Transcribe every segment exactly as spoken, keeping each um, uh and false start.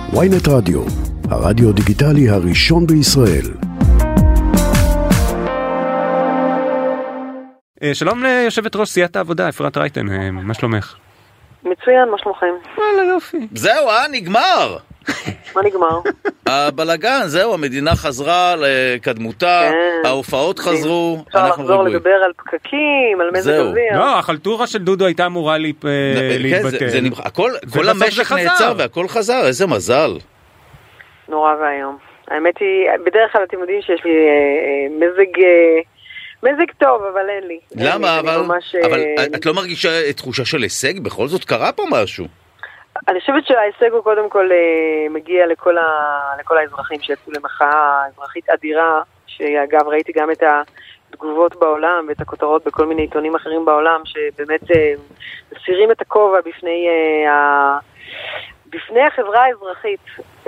וויינט רדיו, הרדיו דיגיטלי הראשון בישראל. שלום ליושבת ראש סיעת העבודה, אפרת רייטן, מה שלומך? מצוין, מה שלומכם? וואלה יופי. זהו, אה, נגמר. מה נגמר? הבלגן, זהו, המדינה חזרה לקדמותה, ההופעות חזרו, אפשר לחזור לדבר על פקקים, על מזג אוויר. לא, החלטורה של דודו הייתה אמורה להתבטל. כל המשק נעצר והכל חזר, איזה מזל. נורא והיום. האמת היא, בדרך כלל אתם יודעים שיש לי מזג... מזג טוב, אבל אין לי. למה? אבל, אבל את לא מרגישה תחושה של הישג? בכל זאת קרה פה משהו. אני חושבת שההישג הוא קודם כל מגיע לכל, ה... לכל האזרחים שיצאו למחאה אזרחית אדירה, שאגב ראיתי גם את התגובות בעולם ואת הכותרות בכל מיני עיתונים אחרים בעולם, שבאמת מסירים את הכובע בפני ה... בפני החברה האזרחית,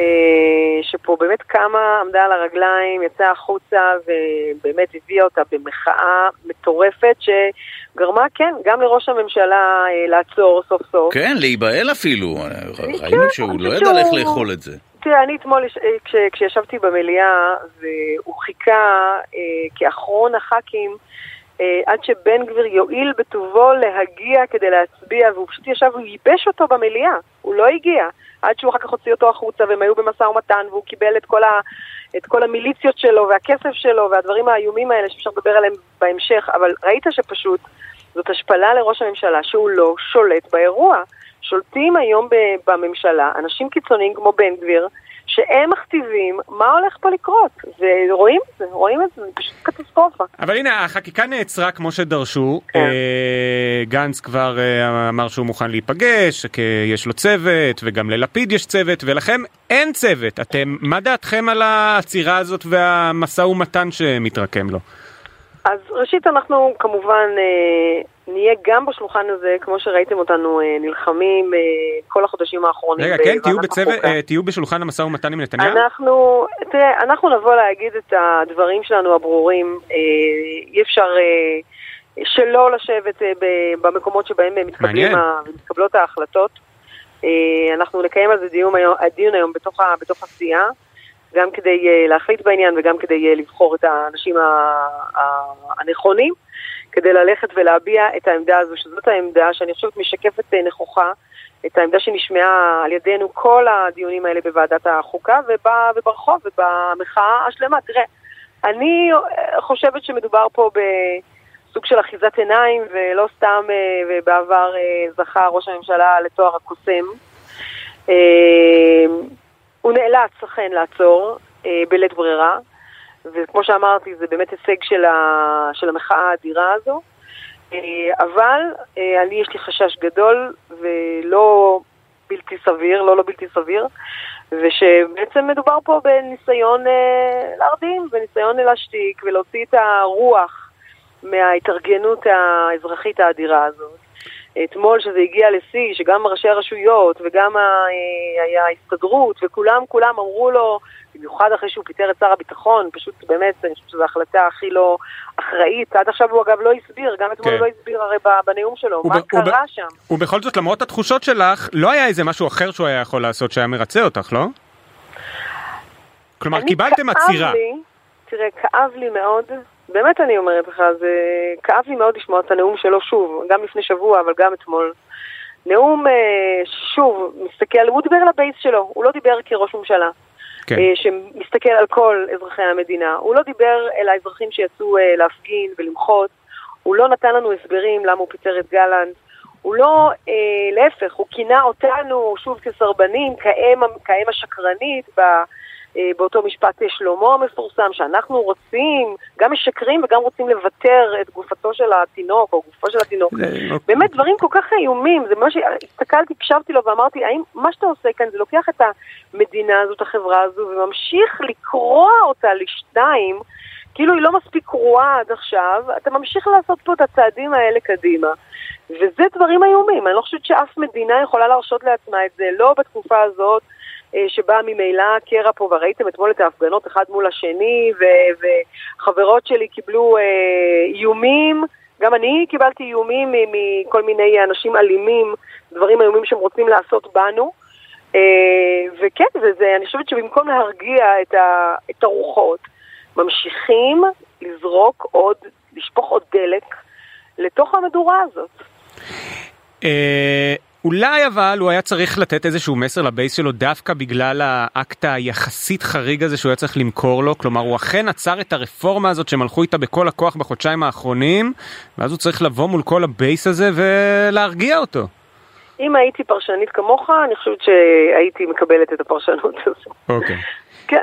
שפה באמת קמה, עמדה על הרגליים, יצאה החוצה ובאמת הביאה אותה במחאה מטורפת שגרמה, כן, גם לראש הממשלה לעצור סוף סוף. כן, להיבהל אפילו. ראינו שהוא לא ידע איך לאכול את זה. תראה, אני אתמול כשישבתי במליאה והוא חיכה כאחרון הח"כים עד שבן גביר יועיל בטובו להגיע כדי להצביע, והוא פשוט ישב, הוא ייבש אותו במליאה, הוא לא הגיע, עד שהוא אחר כך הוציא אותו החוצה, והם היו במשא ומתן, והוא קיבל את כל, ה, את כל המיליציות שלו, והכסף שלו, והדברים האיומים האלה שאפשר לדבר עליהם בהמשך, אבל ראית שפשוט זאת השפלה לראש הממשלה, שהוא לא שולט באירוע. שולטים היום בממשלה, אנשים קיצוניים כמו בן גביר, שהם מכתיבים מה הולך פה לקרות. ורואים את זה, רואים את זה, זה פשוט קטסטרופה. אבל הנה, החקיקה נעצרה כמו שדרשו. כן. אה, גנץ כבר אה, אמר שהוא מוכן להיפגש, כי יש לו צוות, וגם ללפיד יש צוות, ולכם אין צוות. אתם, מה דעתכם על העצירה הזאת והמשא ומתן שמתרקם לו? אז ראשית אנחנו כמובן אה, נהיה גם בשולחן הזה, כמו שראיתם אותנו אה, נלחמים אה, כל החודשים האחרונים. רגע, כן, תהיו, בצוות, אה, תהיו בשולחן המשא ומתן עם נתניהו? אנחנו, תראה, אנחנו נבוא להגיד את הדברים שלנו הברורים, אה, אי אפשר אה, שלא לשבת אה, במקומות שבהם מתקבלים ה, מתקבלות ההחלטות. אה, אנחנו נקיים על זה דיון היום, הדיון היום בתוך, ה, בתוך הסיעה. גם כדי uh, להחליט בעניין וגם כדי uh, לבחור את האנשים הנכונים, כדי ללכת ולהביע את העמדה הזו, שזאת העמדה שאני חושבת משקפת uh, נכוחה, את העמדה שנשמעה על ידינו כל הדיונים האלה בוועדת החוקה ובא, וברחוב ובמחאה השלמה. תראה, אני חושבת שמדובר פה בסוג של אחיזת עיניים, ולא סתם uh, ובעבר uh, זכה ראש הממשלה לתואר הקוסם. Uh, הוא נאלץ אכן לעצור אה, בלית ברירה, וכמו שאמרתי, זה באמת הישג של, ה, של המחאה האדירה הזו, אה, אבל אה, אני יש לי חשש גדול ולא בלתי סביר, לא לא בלתי סביר, ושבעצם מדובר פה בניסיון אה, להרדים, בניסיון להשתיק ולהוציא את הרוח מההתארגנות האזרחית האדירה הזאת. אתמול שזה הגיע לשיא, שגם ראשי הרשויות וגם ההסתדרות וכולם, כולם אמרו לו, במיוחד אחרי שהוא פיטר את שר הביטחון, פשוט באמת, אני חושבת שזו ההחלטה הכי לא אחראית. עד עכשיו הוא אגב לא הסביר, גם אתמול הוא לא הסביר הרי בנאום שלו, מה קרה שם. ובכל זאת, למרות התחושות שלך, לא היה איזה משהו אחר שהוא היה יכול לעשות שהיה מרצה אותך, לא? כלומר, קיבלתם עצירה. תראה, כאב לי מאוד, באמת אני אומרת לך, זה כאב לי מאוד לשמוע את הנאום שלו שוב, גם לפני שבוע, אבל גם אתמול. נאום, שוב, מסתכל, הוא דיבר על הבייס שלו, הוא לא דיבר כראש ממשלה, כן. שמסתכל על כל אזרחי המדינה, הוא לא דיבר אל האזרחים שיצאו להפגין ולמחות, הוא לא נתן לנו הסברים למה הוא פיטר את גלנט, הוא לא, אה, להפך, הוא כינה אותנו שוב כסרבנים, כאם, כאם השקרנית ב... באותו משפט שלמה המפורסם, שאנחנו רוצים, גם משקרים וגם רוצים לוותר את גופתו של התינוק, או גופו של התינוק. באמת דברים כל כך איומים, זה מה שהסתכלתי, הקשבתי לו ואמרתי, האם מה שאתה עושה כאן, זה לוקח את המדינה הזאת, החברה הזו, וממשיך לקרוע אותה לשניים, כאילו היא לא מספיק קרועה עד עכשיו, אתה ממשיך לעשות פה את הצעדים האלה קדימה. וזה דברים איומים, אני לא חושבת שאף מדינה יכולה להרשות לעצמה את זה, לא בתקופה הזאת, שבא ממילא קרע פה, וראיתם אתמול את ההפגנות אחד מול השני, ו- וחברות שלי קיבלו אה, איומים, גם אני קיבלתי איומים מכל מיני אנשים אלימים, דברים איומים שהם רוצים לעשות בנו, וכן, וזה, אני חושבת שבמקום להרגיע את, ה, את הרוחות, ממשיכים לזרוק עוד, לשפוך עוד דלק לתוך המדורה הזאת. אולי אבל הוא היה צריך לתת איזשהו מסר לבייס שלו דווקא בגלל האקט היחסית חריג הזה שהוא היה צריך למכור לו, כלומר הוא אכן עצר את הרפורמה הזאת שמלכו איתה בכל הכוח בחודשיים האחרונים, ואז הוא צריך לבוא מול כל הבייס הזה ולהרגיע אותו. אם הייתי פרשנית כמוך, אני חושבת שהייתי מקבלת את הפרשנות הזו. אוקיי. כן.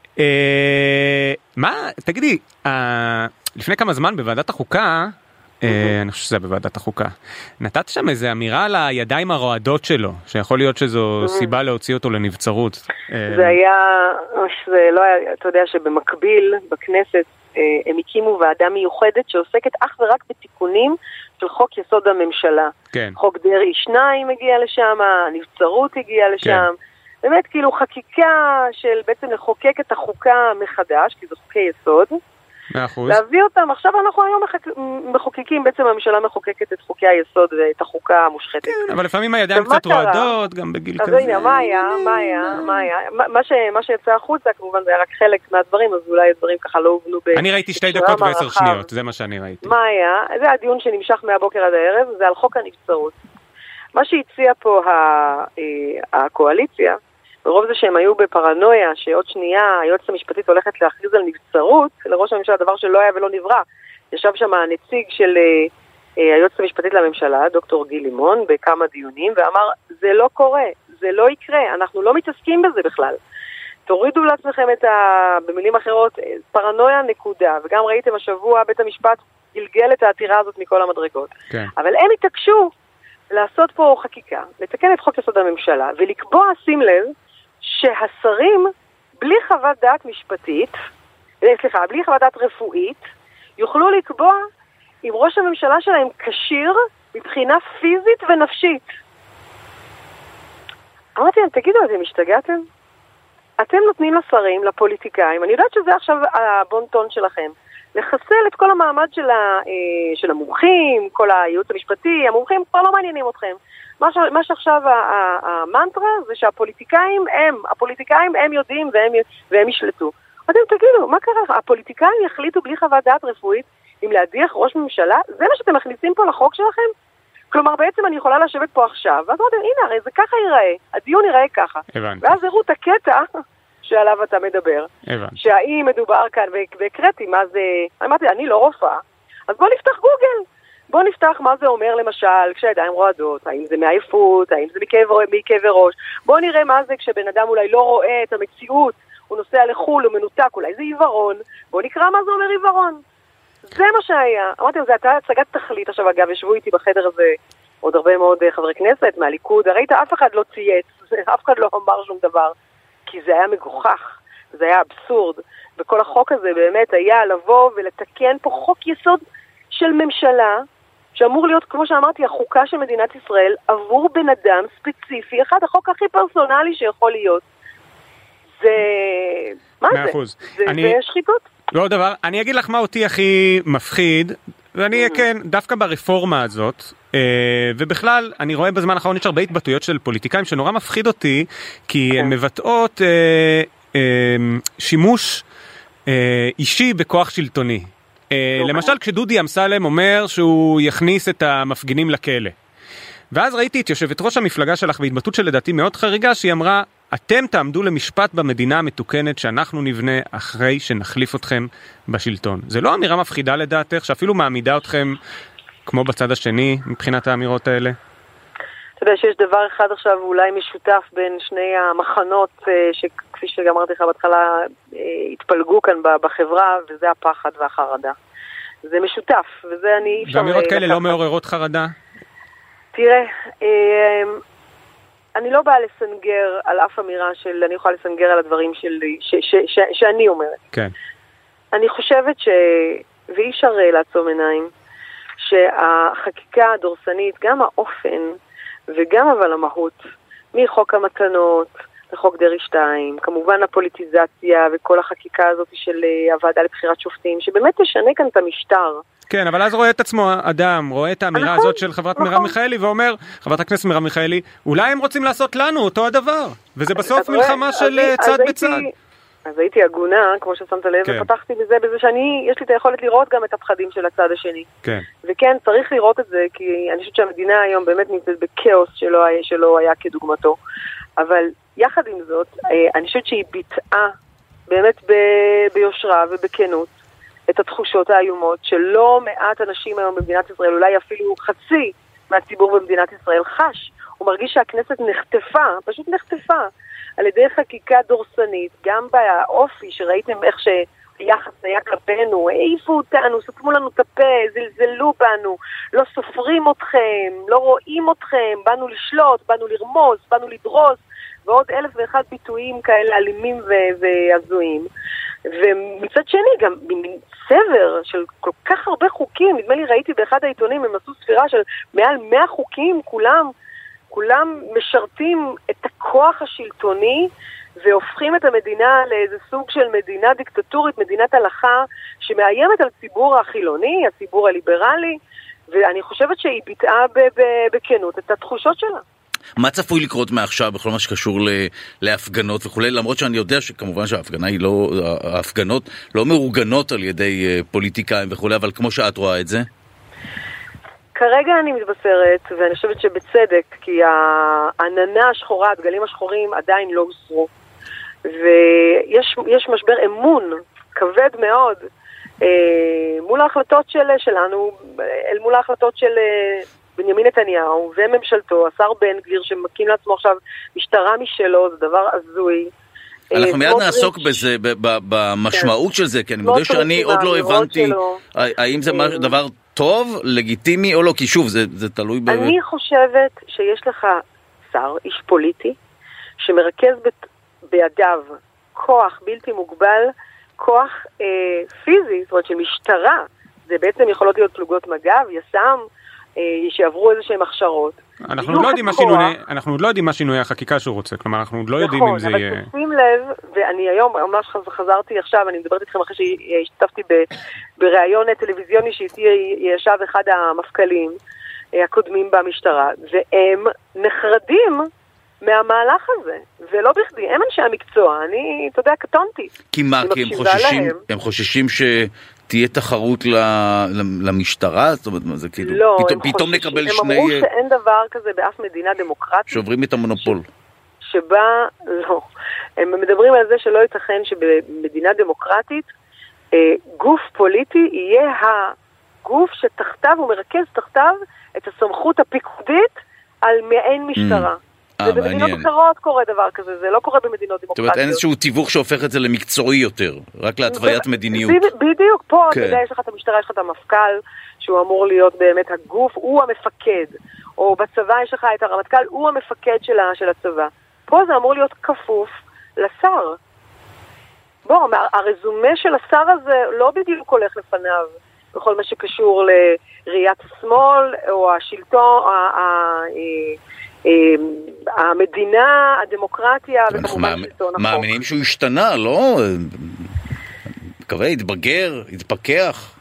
מה, תגידי, לפני כמה זמן בוועדת החוקה, אני חושב שזה בוועדת החוקה, נתת שם איזו אמירה על הידיים הרועדות שלו, שיכול להיות שזו סיבה להוציא אותו לנבצרות. זה היה, זה לא היה, אתה יודע שבמקביל בכנסת הם הקימו ועדה מיוחדת שעוסקת אך ורק בתיקונים של חוק יסוד הממשלה. כן. חוק דרעי שניים הגיע לשם, הנבצרות הגיעה לשם. כן. באמת כאילו חקיקה של בעצם לחוקק את החוקה מחדש, כי זה חוקי יסוד. מאחוז. להביא אותם. עכשיו אנחנו היום מחוקקים, בעצם הממשלה מחוקקת את חוקי היסוד ואת החוקה המושחתת. כן, אבל לפעמים הידיים קצת רועדות, גם בגיל כזה. אז הנה, מה היה? מה היה? מה היה? מה שיצא החוצה, כמובן זה היה רק חלק מהדברים, אז אולי הדברים ככה לא הובנו ב... אני ראיתי שתי דקות ועשר שניות, זה מה שאני ראיתי. מה היה? זה הדיון שנמשך מהבוקר עד הערב, זה על חוק הנבצרות. מה שהציע פה הקואליציה, ברוב זה שהם היו בפרנויה, שעוד שנייה היועצת המשפטית הולכת להכריז על נבצרות, לראש הממשלה, דבר שלא היה ולא נברא. ישב שם הנציג של אה, היועצת המשפטית לממשלה, דוקטור גיל לימון, בכמה דיונים, ואמר, זה לא קורה, זה לא יקרה, אנחנו לא מתעסקים בזה בכלל. תורידו לעצמכם את ה... במילים אחרות, פרנויה נקודה, וגם ראיתם השבוע, בית המשפט גלגל את העתירה הזאת מכל המדרגות. כן. אבל הם התעקשו לעשות פה חקיקה, לתקן את חוק יסוד הממשלה, ולקבוע, שים לב, שהשרים, בלי חוות דעת משפטית, סליחה, בלי חוות דעת רפואית, יוכלו לקבוע אם ראש הממשלה שלהם כשיר מבחינה פיזית ונפשית. אמרתי להם, תגידו, אתם השתגעתם? אתם נותנים לשרים, לפוליטיקאים, אני יודעת שזה עכשיו הבונטון שלכם, לחסל את כל המעמד של, ה, של המומחים, כל הייעוץ המשפטי, המומחים כבר לא מעניינים אתכם. מה, ש, מה שעכשיו המנטרה זה שהפוליטיקאים הם, הפוליטיקאים הם יודעים והם, והם ישלטו. אתם תגידו, מה קרה? הפוליטיקאים יחליטו בלי חוות דעת רפואית אם להדיח ראש ממשלה? זה מה שאתם מכניסים פה לחוק שלכם? כלומר, בעצם אני יכולה לשבת פה עכשיו, ואז אמרתם, הנה, הרי זה ככה ייראה, הדיון ייראה ככה. הבנתי. ואז הראו את הקטע שעליו אתה מדבר. הבנתי. שהאם מדובר כאן, והקראתי מה זה, אמרתי, אני לא רופאה, אז בוא נפתח גוגל. בוא נפתח מה זה אומר למשל כשהידיים רועדות, האם זה מעייפות, האם זה מכאבי ראש. בוא נראה מה זה כשבן אדם אולי לא רואה את המציאות, הוא נוסע לחול, הוא מנותק, אולי זה עיוורון. בוא נקרא מה זה אומר עיוורון. זה מה שהיה. אמרתי, זה הייתה הצגת תכלית. עכשיו אגב, ישבו איתי בחדר הזה עוד הרבה מאוד חברי כנסת מהליכוד. ראית, אף אחד לא צייץ, אף אחד לא אמר שום דבר, כי זה היה מגוחך, זה היה אבסורד. וכל החוק הזה באמת היה לבוא ולתקן פה חוק יסוד של ממשלה, שאמור להיות, כמו שאמרתי, החוקה של מדינת ישראל, עבור בן אדם ספציפי, אחד החוק הכי פרסונלי שיכול להיות. זה... מה זה? אחוז. זה, אני... זה שחיתות. לא דבר, אני אגיד לך מה אותי הכי מפחיד, ואני כן, דווקא ברפורמה הזאת, ובכלל, אני רואה בזמן האחרון יש הרבה התבטאויות של פוליטיקאים שנורא מפחיד אותי, כי הן מבטאות שימוש אישי בכוח שלטוני. למשל, כשדודי אמסלם אומר שהוא יכניס את המפגינים לכלא. ואז ראיתי את יושבת ראש המפלגה שלך בהתבטאות שלדעתי מאוד חריגה, שהיא אמרה, אתם תעמדו למשפט במדינה המתוקנת שאנחנו נבנה אחרי שנחליף אתכם בשלטון. זה לא אמירה מפחידה לדעתך, שאפילו מעמידה אתכם כמו בצד השני מבחינת האמירות האלה? אתה יודע שיש דבר אחד עכשיו אולי משותף בין שני המחנות, שכפי שגם אמרתי לך בהתחלה, התפלגו כאן בחברה, וזה הפחד והחרדה. זה משותף, וזה אני... ואמירות כאלה לא מעוררות חרדה? תראה, אני לא באה לסנגר על אף אמירה של, אני יכולה לסנגר על הדברים שלי, ש, ש, ש, שאני אומרת. כן. אני חושבת ש... ואי אפשר לעצום עיניים, שהחקיקה הדורסנית, גם האופן וגם אבל המהות, מחוק המתנות לחוק דרעי שתיים, כמובן הפוליטיזציה וכל החקיקה הזאת של הוועדה לבחירת שופטים, שבאמת תשנה כאן את המשטר. כן, אבל אז רואה את עצמו אדם, רואה את האמירה נכון, הזאת של חברת נכון. מרב מיכאלי, ואומר, חברת הכנסת מרב מיכאלי, אולי הם רוצים לעשות לנו אותו הדבר, וזה בסוף מלחמה אז, של אז צד הייתי, בצד. אז הייתי הגונה, כמו ששמת לב, כן. ופתחתי בזה, בזה שאני, יש לי את היכולת לראות גם את הפחדים של הצד השני. כן. וכן, צריך לראות את זה, כי אני חושבת שהמדינה היום באמת נמצאת בכאוס שלא היה, שלא היה כדוגמתו. אבל יחד עם זאת, אני חושבת שהיא ביטאה באמת ב- ביושרה ובכנות את התחושות האיומות שלא מעט אנשים היום במדינת ישראל, אולי אפילו חצי מהציבור במדינת ישראל חש. הוא מרגיש שהכנסת נחטפה, פשוט נחטפה, על ידי חקיקה דורסנית, גם באופי שראיתם איך שיחס היה כלפינו, העיפו אותנו, סתמו לנו את הפה, זלזלו בנו, לא סופרים אתכם, לא רואים אתכם, באנו לשלוט, באנו לרמוז, באנו לדרוס, ועוד אלף ואחד ביטויים כאלה אלימים והזויים. ומצד שני גם צבר של כל כך הרבה חוקים, נדמה לי ראיתי באחד העיתונים, הם עשו ספירה של מעל מאה חוקים, כולם, כולם משרתים את הכוח השלטוני, והופכים את המדינה לאיזה סוג של מדינה דיקטטורית, מדינת הלכה, שמאיימת על ציבור החילוני, הציבור הליברלי, ואני חושבת שהיא ביטאה בכנות את התחושות שלה. מה צפוי לקרות מעכשיו בכל מה שקשור להפגנות וכו', למרות שאני יודע שכמובן שההפגנה היא לא, ההפגנות לא מאורגנות על ידי פוליטיקאים וכו', אבל כמו שאת רואה את זה? כרגע אני מתבשרת, ואני חושבת שבצדק, כי העננה השחורה, הדגלים השחורים עדיין לא הוסרו. ויש יש משבר אמון כבד מאוד אה, מול ההחלטות של, שלנו, אל מול ההחלטות של אה, בנימין נתניהו וממשלתו, השר בן גביר שמקים לעצמו עכשיו משטרה משלו, זה דבר הזוי. אנחנו מיד נעסוק בזה, במשמעות של זה, כי אני מודה שאני עוד לא הבנתי האם זה דבר טוב, לגיטימי או לא, כי שוב, זה תלוי ב... אני חושבת שיש לך שר, איש פוליטי, שמרכז בידיו כוח בלתי מוגבל, כוח פיזי, זאת אומרת של משטרה, זה בעצם יכולות להיות פלוגות מג"ב, יס"מ, שעברו איזה שהם הכשרות. אנחנו עוד לא יודעים מה שינוי, אנחנו עוד לא יודעים מה שינוי החקיקה שהוא רוצה, כלומר אנחנו עוד לא יודעים אם זה יהיה... נכון, אבל תשים לב, ואני היום ממש חזרתי עכשיו, אני מדברת איתכם אחרי שהשתתפתי בראיון טלוויזיוני שאיתי ישב אחד המפכ"לים הקודמים במשטרה, והם נחרדים מהמהלך הזה, ולא בכדי, הם אנשי המקצוע, אני, אתה יודע, קטונתי. כי מה, כי הם חוששים, הם חוששים ש... תהיה תחרות למשטרה? זאת אומרת, זה כאילו, לא, פתאום, פתאום נקבל הם שני... הם אמרו שאין דבר כזה באף מדינה דמוקרטית. שעוברים את המונופול. ש... שבה, לא. הם מדברים על זה שלא ייתכן שבמדינה דמוקרטית, אה, גוף פוליטי יהיה הגוף שתחתיו, הוא מרכז תחתיו את הסמכות הפיקודית על מעין משטרה. Mm. ובמדינות אחרות קורה דבר כזה, זה לא קורה במדינות דמוקרטיות. זאת אומרת, אין איזשהו תיווך שהופך את זה למקצועי יותר, רק להתוויית מדיניות. בדיוק, פה, אתה יודע, יש לך את המשטרה, יש לך את המפכ"ל, שהוא אמור להיות באמת הגוף, הוא המפקד, או בצבא יש לך את הרמטכ"ל, הוא המפקד של הצבא. פה זה אמור להיות כפוף לשר. בוא, הרזומה של השר הזה לא בדיוק הולך לפניו, בכל מה שקשור לראיית השמאל, או השלטון, המדינה, הדמוקרטיה, וכמובן שלטון החוק. מאמינים שהוא השתנה, לא? מקווה, התבגר, התפכח.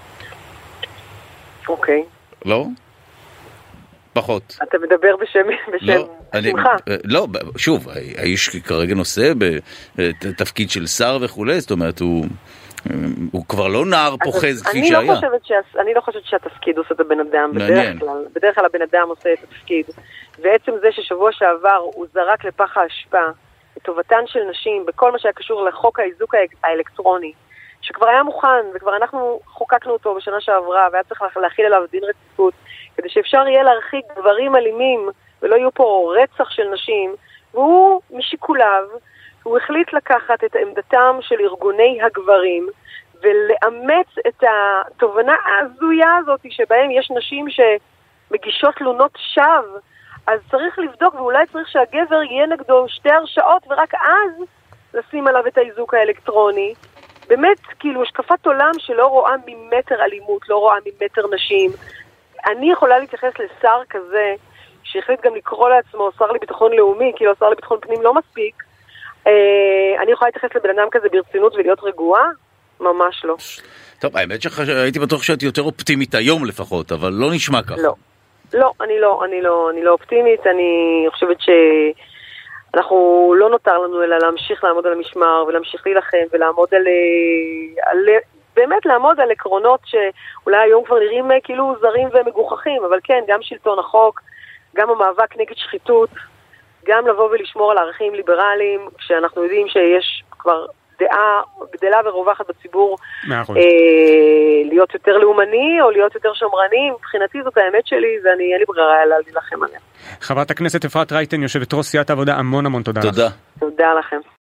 אוקיי. לא? פחות. אתה מדבר בשם שמך. לא, שוב, האיש כרגע נושא בתפקיד של שר וכו', זאת אומרת, הוא... הוא כבר לא נער פוחז כפי שהיה. אני לא חושבת, שה... אני לא חושבת שהתפקיד עושה את הבן אדם, בדרך כלל, בדרך כלל הבן אדם עושה את התפקיד. ועצם זה ששבוע שעבר הוא זרק לפח האשפה את טובתן של נשים בכל מה שהיה קשור לחוק האיזוק האלקטרוני, שכבר היה מוכן, וכבר אנחנו חוקקנו אותו בשנה שעברה, והיה צריך להכיל עליו דין רציפות, כדי שאפשר יהיה להרחיק דברים אלימים, ולא יהיו פה רצח של נשים, והוא משיקוליו, הוא החליט לקחת את עמדתם של ארגוני הגברים, ולאמץ את התובנה הזויה הזאת, שבהם יש נשים שמגישות תלונות שווא, אז צריך לבדוק, ואולי צריך שהגבר יהיה נגדו שתי הרשעות, ורק אז לשים עליו את האיזוק האלקטרוני. באמת, כאילו, השקפת עולם שלא רואה ממטר אלימות, לא רואה ממטר נשים. אני יכולה להתייחס לשר כזה, שהחליט גם לקרוא לעצמו שר לביטחון לאומי, כאילו שר לביטחון פנים לא מספיק, אני יכולה להתייחס לבן אדם כזה ברצינות ולהיות רגועה? ממש לא. טוב, האמת שהייתי בטוח שאת יותר אופטימית היום לפחות, אבל לא נשמע ככה. לא, לא, אני לא, אני לא, אני לא אופטימית, אני חושבת שאנחנו לא נותר לנו אלא להמשיך לעמוד על המשמר ולהמשיך להילחם ולעמוד על, על באמת לעמוד על עקרונות שאולי היום כבר נראים כאילו זרים ומגוחכים, אבל כן, גם שלטון החוק, גם המאבק נגד שחיתות, גם לבוא ולשמור על ערכים ליברליים, כשאנחנו יודעים שיש כבר דעה גדלה ורווחת בציבור אה, להיות יותר לאומני או להיות יותר שמרני. מבחינתי זאת האמת שלי ואני אין לי ברירה אלא להילחם עליה. חברת הכנסת אפרת רייטן, יושבת ראש סיעת העבודה, המון המון תודה. תודה. תודה לכם.